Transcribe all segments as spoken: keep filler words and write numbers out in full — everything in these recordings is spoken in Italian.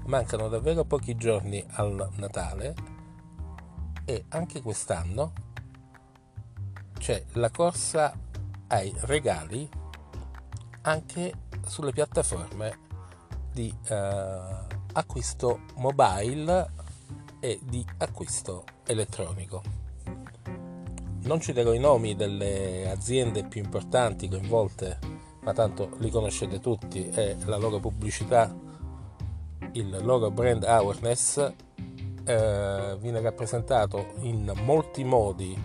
mancano davvero pochi giorni al Natale e anche quest'anno c'è la corsa ai regali anche sulle piattaforme di eh, acquisto mobile e di acquisto elettronico. Non citerò i nomi delle aziende più importanti coinvolte, ma tanto li conoscete tutti e la loro pubblicità, il loro brand awareness eh, viene rappresentato in molti modi,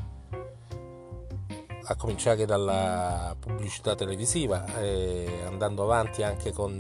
a cominciare dalla pubblicità televisiva e andando avanti anche con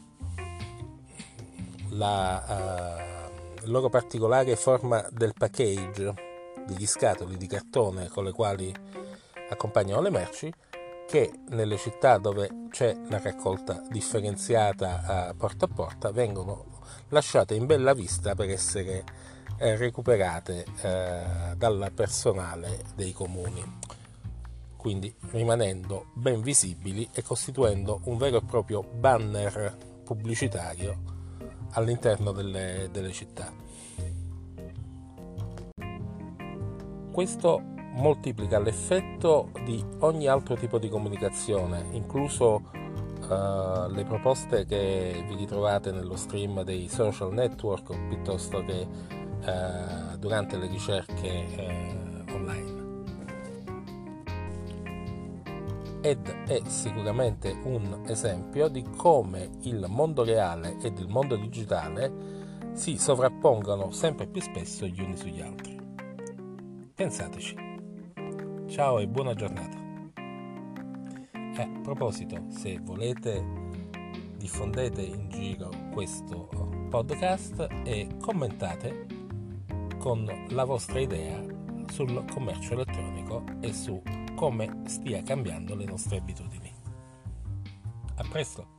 la uh, loro particolare forma del package, degli scatoli di cartone con le quali accompagnano le merci, che nelle città dove c'è la raccolta differenziata uh, porta a porta vengono lasciate in bella vista per essere eh, recuperate eh, dal personale dei comuni, quindi rimanendo ben visibili e costituendo un vero e proprio banner pubblicitario all'interno delle, delle città. Questo moltiplica l'effetto di ogni altro tipo di comunicazione, incluso uh, le proposte che vi ritrovate nello stream dei social network o piuttosto che uh, durante le ricerche uh, online. Ed è sicuramente un esempio di come il mondo reale ed il mondo digitale si sovrappongano sempre più spesso gli uni sugli altri. Pensateci. Ciao e buona giornata. E a proposito, se volete, diffondete in giro questo podcast e commentate con la vostra idea sul commercio elettronico e su come stia cambiando le nostre abitudini. A presto!